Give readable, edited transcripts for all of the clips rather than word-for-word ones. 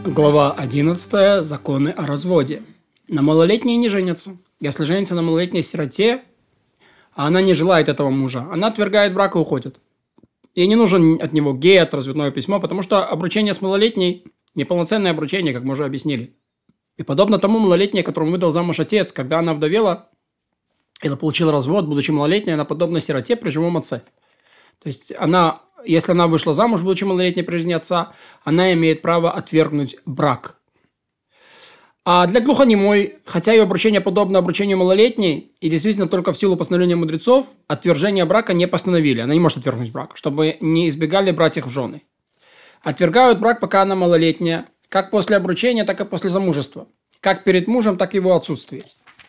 Глава 11. Законы о разводе. На малолетние не женятся. Если женится на малолетней сироте, а она не желает этого мужа, она отвергает брак и уходит. Ей не нужен от него гет, разводное письмо, потому что обручение с малолетней – неполноценное обручение, как мы уже объяснили. И подобно тому малолетней, которому выдал замуж отец, когда она вдовела или получила развод, будучи малолетней, она подобна сироте при живом отце. То есть если она вышла замуж, будучи малолетней при жизни отца, она имеет право отвергнуть брак. А для глухонемой, хотя ее обручение подобно обручению малолетней, и действительно только в силу постановления мудрецов, отвержение брака не постановили. Она не может отвергнуть брак, чтобы не избегали брать их в жены. Отвергают брак, пока она малолетняя, как после обручения, так и после замужества. Как перед мужем, так и в его отсутствии.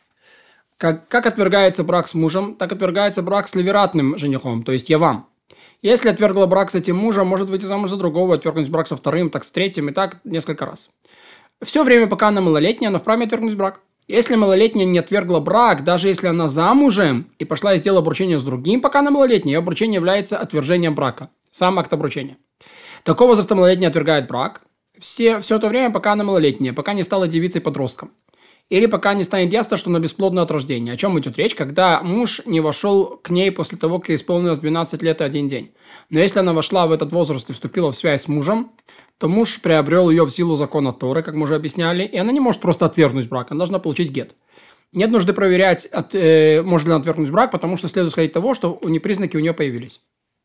Как отвергается брак с мужем, так отвергается брак с левератным женихом, то есть явам. Если отвергла брак с этим мужем, может выйти замуж за другого, отвергнуть брак со вторым, так с третьим и так несколько раз. Все время, пока она малолетняя, она вправе отвергнуть брак. Если малолетняя не отвергла брак, даже если она замужем и пошла и сделала обручение с другим, пока она малолетняя, ее обручение является отвержением брака. Сам акт обручения. Такого возраста малолетняя отвергает брак все то время, пока она малолетняя, пока не стала девицей-подростком. Или пока не станет ясно, что она бесплодна от рождения. О чем идет речь? Когда муж не вошел к ней после того, как ей исполнилось 12 лет и 1 день. Но если она вошла в этот возраст и вступила в связь с мужем, то муж приобрел ее в силу закона Торы, как мы уже объясняли, и она не может просто отвергнуть брак, она должна получить гет. Нет нужды проверять, может ли она отвергнуть брак, потому что следует исходить того, что признаки у нее появились.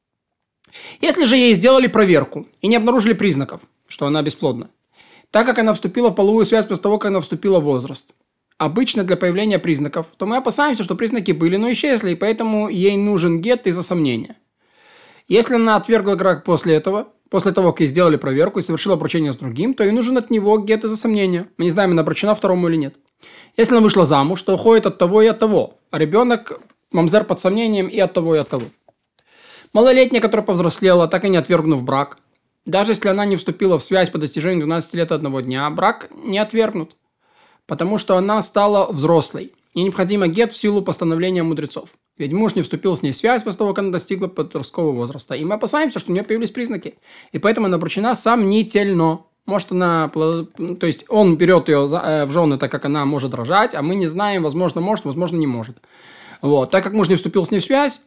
Если же ей сделали проверку и не обнаружили признаков, что она бесплодна, так как она вступила в половую связь после того, как она вступила в возраст, обычно для появления признаков, то мы опасаемся, что признаки были, но исчезли, и поэтому ей нужен гет из-за сомнения. Если она отвергла брак после того, как ей сделали проверку и совершила обручение с другим, то ей нужен от него гет из-за сомнения. Мы не знаем, она обручена второму или нет. Если она вышла замуж, то уходит от того и от того, а ребенок мамзер под сомнением и от того и от того. Малолетняя, которая повзрослела, так и не отвергнув брак, даже если она не вступила в связь по достижению 12 лет от одного дня, брак не отвергнут, потому что она стала взрослой. И необходимо гет в силу постановления мудрецов. Ведь муж не вступил с ней в связь после того, как она достигла подросткового возраста. И мы опасаемся, что у нее появились признаки. И поэтому она обручена сомнительно. Может, то есть он берет ее в жены, так как она может рожать, а мы не знаем, возможно, может, возможно, не может. Так как муж не вступил с ней в связь,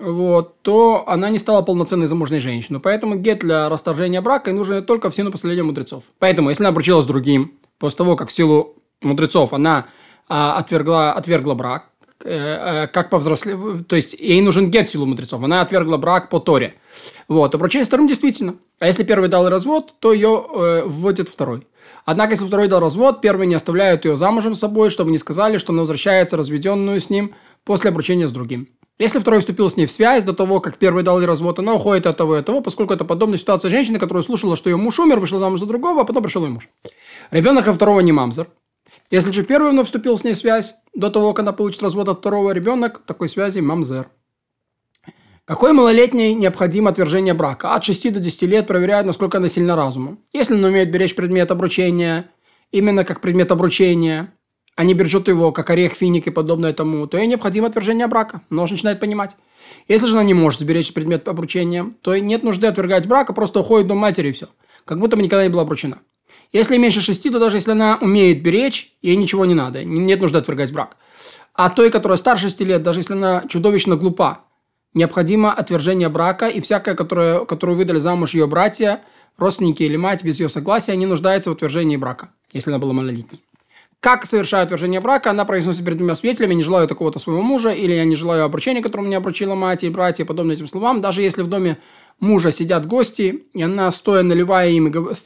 то она не стала полноценной замужней женщиной. Поэтому гет для расторжения брака нужен только в силу постановления мудрецов. Поэтому, если она обручилась с другим, после того, как в силу мудрецов она отвергла брак, как повзрослев, то есть ей нужен гет в силу мудрецов, она отвергла брак по Торе. Обручение с вторым действительно. А если первый дал развод, то ее вводит второй. Однако, если второй дал развод, первый не оставляют ее замужем с собой, чтобы не сказали, что она возвращается разведенную с ним после обручения с другим. Если второй вступил с ней в связь до того, как первый дал ей развод, она уходит от того и от того, поскольку это подобная ситуация женщины, которая слушала, что ее муж умер, вышла замуж за другого, а потом пришел ее муж. Ребенок от второго не мамзер. Если же первый вновь вступил с ней в связь до того, как она получит развод от второго, ребенок такой связи мамзер. Какой малолетней необходимо отвержение брака? От 6 до 10 лет проверяют, насколько она сильна разумом. Если она умеет беречь предмет обручения, именно как предмет обручения, а не бережет его, как орех, финик и подобное тому, то ей необходимо отвержение брака. Она уже начинает понимать. Если же она не может сберечь предмет обручения, то нет нужды отвергать брака, просто уходит в дом матери и все. Как будто бы никогда не была обручена. Если меньше 6, то даже если она умеет беречь, ей ничего не надо. Нет нужды отвергать брак. А той, которая старше 6 лет, даже если она чудовищно глупа, необходимо отвержение брака, и всякая, которую выдали замуж ее братья, родственники или мать без ее согласия, не нуждается в отвержении брака, если она была малолетней. Как совершает отвержение брака? Она произносит перед двумя свидетелями: не желаю такого-то своего мужа, или я не желаю обручения, которому меня обручила мать и братья, подобно этим словам. Даже если в доме мужа сидят гости, и она стоя наливает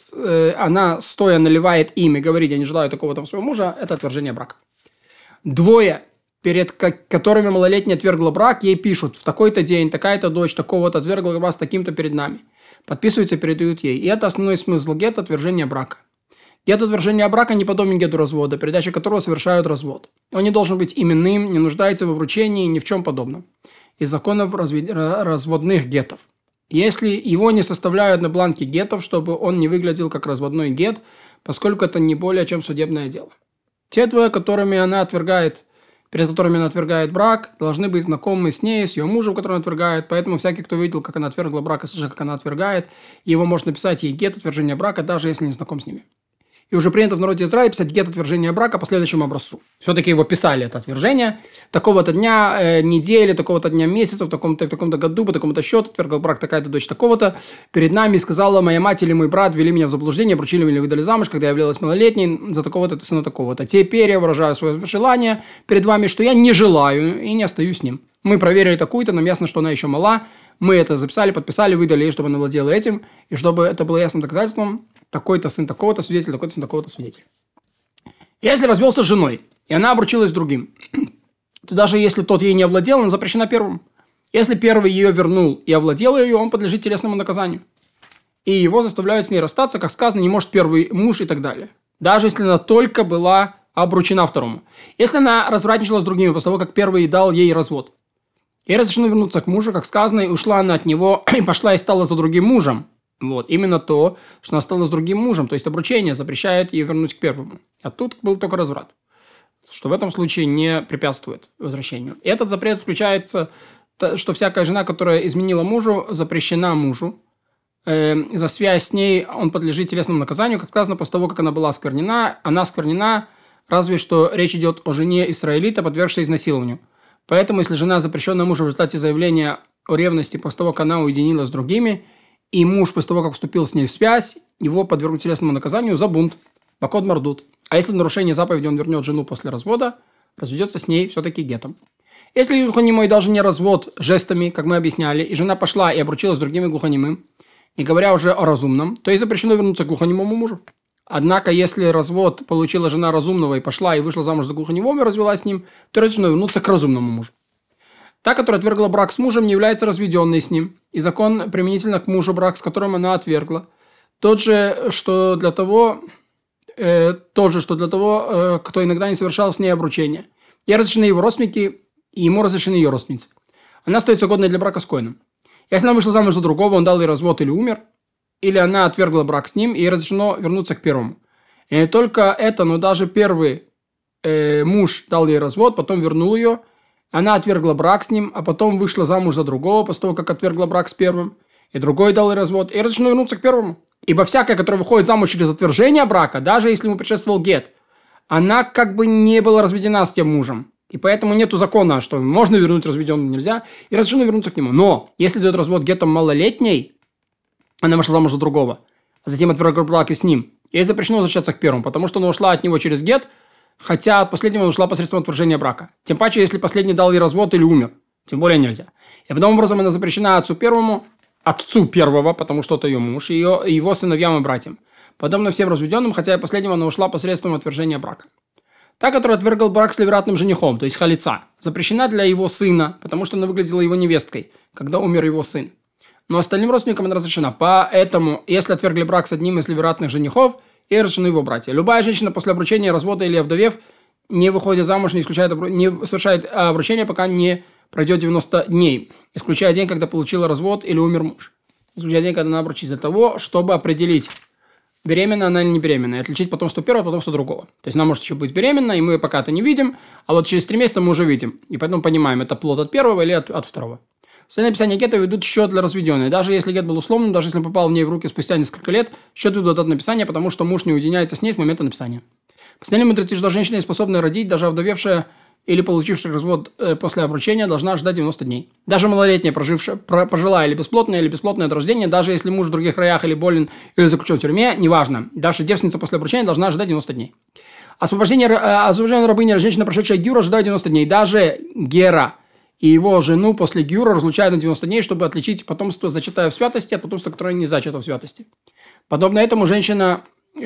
им и говорит: я не желаю такого-то своего мужа, это отвержение брака. Двое, перед которыми малолетняя отвергла брак, ей пишут: в такой-то день, такая-то дочь, такого-то отвергла брак с таким-то перед нами. Подписываются и передают ей. И это основной смысл гет отвержения брака. Гет отвержения брака не подобен гету развода, передача которого совершают развод. Он не должен быть именным, не нуждается во вручении, ни в чем подобном. Из законов разводных гетов. Если его не составляют на бланке гетов, чтобы он не выглядел как разводной гет, поскольку это не более чем судебное дело. Те двое, перед которыми она отвергает брак, должны быть знакомы с ней, с ее мужем, который она отвергает. Поэтому всякий, кто видел, как она отвергла брак, и слышал, как она отвергает, его может написать ей гет отвержения брака, даже если не знаком с ними. И уже принято в народе Израиля писать гет отвержения брака по следующему образцу. Все-таки его писали, это отвержение. Такого-то дня, недели, такого-то дня месяца, в таком-то году, по такому-то счету, отвергал брак такая-то дочь такого-то. Перед нами сказала моя мать или мой брат, ввели меня в заблуждение, обручили меня или выдали замуж, когда я являлась малолетней, за такого-то сына такого-то. Теперь я выражаю свое желание перед вами, что я не желаю и не остаюсь с ним. Мы проверили такую-то, нам ясно, что она еще мала. Мы это записали, подписали, выдали ей, чтобы она владела этим, и чтобы это было ясным доказательством. Такой-то сын такого-то свидетель, такой-то сын такого-то свидетель. Если развелся с женой, и она обручилась с другим, то даже если тот ей не овладел, она запрещена первым. Если первый ее вернул и овладел ее, он подлежит телесному наказанию. И его заставляют с ней расстаться, как сказано, не может первый муж и так далее. Даже если она только была обручена второму. Если она развратничала с другими после того, как первый дал ей развод, ей разрешено вернуться к мужу, как сказано, и ушла она от него, и пошла и стала за другим мужем. Вот, именно то, что она стала с другим мужем, то есть обручение запрещает ее вернуть к первому. А тут был только разврат, что в этом случае не препятствует возвращению. И этот запрет включается, что всякая жена, которая изменила мужу, запрещена мужу. За связь с ней он подлежит телесному наказанию, как сказано, после того, как она была осквернена. Она осквернена, разве что речь идет о жене израилита, подвергшей изнасилованию. Поэтому, если жена запрещена мужу в результате заявления о ревности после того, как она уединилась с другими, и муж после того, как вступил с ней в связь, его подвергнут телесному наказанию за бунт, бакот мардут. А если в нарушение заповеди он вернет жену после развода, разведется с ней все-таки гетом. Если глухонемой даже не развод жестами, как мы объясняли, и жена пошла и обручилась с другими глухонемым, не говоря уже о разумном, то ей запрещено вернуться к глухонемому мужу. Однако, если развод получила жена разумного и пошла и вышла замуж за глухонемого и развелась с ним, то разрешено вернуться к разумному мужу. Та, которая отвергла брак с мужем, не является разведенной с ним, и закон применительно к мужу, брак с которым она отвергла, тот же, что для того, кто иногда не совершал с ней обручение. Ей разрешены его родственники, и ему разрешены ее родственницы. Она остается годной для брака с коэном. Если она вышла замуж за другого, он дал ей развод или умер, или она отвергла брак с ним, и ей разрешено вернуться к первому. И не только это, но даже первый муж дал ей развод, потом вернул ее. Она отвергла брак с ним, а потом вышла замуж за другого, после того, как отвергла брак с первым. И другой дал ей развод. И разрешено вернуться к первому. Ибо всякая, которая выходит замуж через отвержение брака, даже если ему предшествовал гет, она как бы не была разведена с тем мужем. И поэтому нету закона, что можно вернуть разведенным, нельзя. И разрешено вернуться к нему. Но если дает развод гетом малолетней, она вышла замуж за другого, а затем отвергла брак и с ним, ей запрещено возвращаться к первому, потому что она ушла от него через гет, хотя от последнего ушла посредством отвержения брака. Тем паче, если последний дал ей развод или умер. Тем более нельзя. И подобным образом она запрещена отцу первого, потому что это ее муж, и его сыновьям и братьям. Подобно всем разведенным, хотя и последнего она ушла посредством отвержения брака. Та, которая отвергла брак с левратным женихом, то есть халица, запрещена для его сына, потому что она выглядела его невесткой, когда умер его сын. Но остальным родственникам она разрешена. Поэтому, если отвергли брак с одним из левратных женихов, ей разрешены его братья. Любая женщина после обручения, развода или овдовев не выходит замуж, не совершает обручение, пока не пройдет 90 дней, исключая день, когда получила развод или умер муж. Исключая день, когда она обручится, для того, чтобы определить, беременна она или не беременна, и отличить потомство первого от потомства другого. То есть она может еще быть беременна, и мы ее пока-то не видим, а вот через 3 месяца мы уже видим. И поэтому понимаем, это плод от первого или от второго. Остальные написания гета ведут счет для разведенной. Даже если гет был условным, даже если он попал в ней в руки спустя несколько лет, счет ведут от написания, потому что муж не уединяется с ней с момента написания. Постановили мудрецы, что женщина, способная родить, даже овдовевшая или получившая развод после обручения, должна ждать 90 дней. Даже малолетняя, пожилая или бесплотная от рождения, даже если муж в других краях или болен, или заключен в тюрьме, неважно. Даже девственница после обручения должна ждать 90 дней. Освобождение рабыни или женщина, прошедшая гиур, ожидает 90 дней. Даже гера и его жену после гиура разлучают на 90 дней, чтобы отличить потомство, зачатое в святости, от потомства, которое не зачато в святости. Подобно этому женщина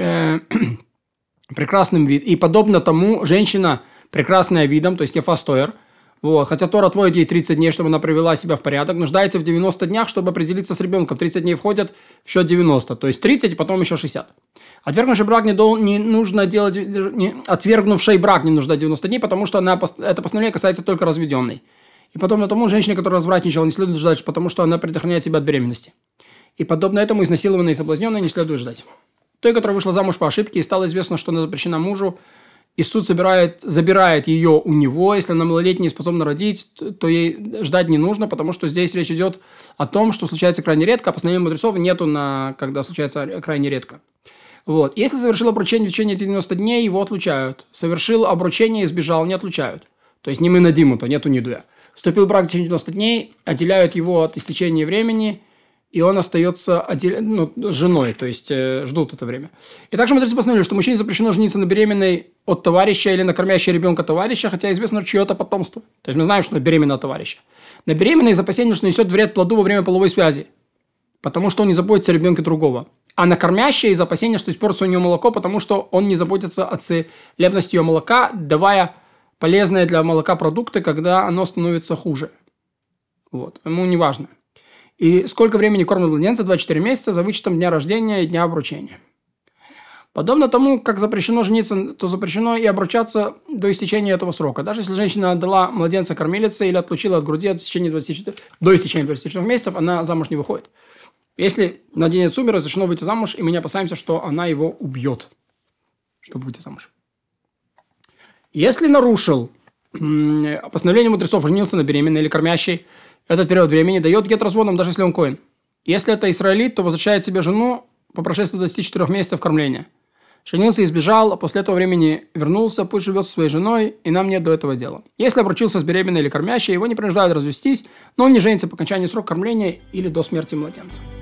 прекрасным вид. И подобно тому женщина прекрасная видом, то есть ефастоер, вот, хотя Тора отводит ей 30 дней, чтобы она привела себя в порядок, нуждается в 90 днях, чтобы определиться с ребенком. 30 дней входят в счет 90, то есть 30, и потом еще 60. Отвергнувший брак не нужно делать, отвергнувший брак не нужно 90 дней, потому что это постановление касается только разведенной. И подобно тому, женщине, которая развратничала, не следует ждать, потому что она предохраняет себя от беременности. И подобно этому изнасилованной и соблазненной не следует ждать. Той, которая вышла замуж по ошибке и стало известно, что она запрещена мужу, и суд забирает ее у него, если она малолетняя и способна родить, то ей ждать не нужно, потому что здесь речь идет о том, что случается крайне редко, а постановления мудрецов нету, когда случается крайне редко. Вот. Если совершил обручение в течение 90 дней, его отлучают. Совершил обручение и сбежал, не отлучают. То есть не мы на Диму-то, нету нидуя. Вступил в брак в течение 90 дней, отделяют его от истечения времени, и он остается с женой, то есть ждут это время. И также мудрецы постановили, что мужчине запрещено жениться на беременной от товарища или на кормящей ребенка товарища, хотя известно чье-то потомство. То есть мы знаем, что она беременна от товарища. На беременной из опасения, что несет вред плоду во время половой связи, потому что он не заботится о ребенке другого. А на кормящей из опасения, что испортится у нее молоко, потому что он не заботится о целебности ее молока, давая полезные для молока продукты, когда оно становится хуже. Вот. Ему не важно. И сколько времени кормят младенца? 24 месяца за вычетом дня рождения и дня обручения. Подобно тому, как запрещено жениться, то запрещено и обручаться до истечения этого срока. Даже если женщина отдала младенца кормилице или отлучила от груди до истечения 24 месяцев, она замуж не выходит. Если младенец умер, разрешено выйти замуж, и мы не опасаемся, что она его убьет, чтобы выйти замуж. Если нарушил постановление мудрецов, женился на беременной или кормящей, этот период времени дает гет разводом, даже если он коэн. Если это израилит, то возвращает себе жену по прошествии 24 месяцев кормления. Женился и сбежал, а после этого времени вернулся, пусть живет со своей женой, и нам нет до этого дела. Если обручился с беременной или кормящей, его не принуждают развестись, но он не женится по окончании срока кормления или до смерти младенца.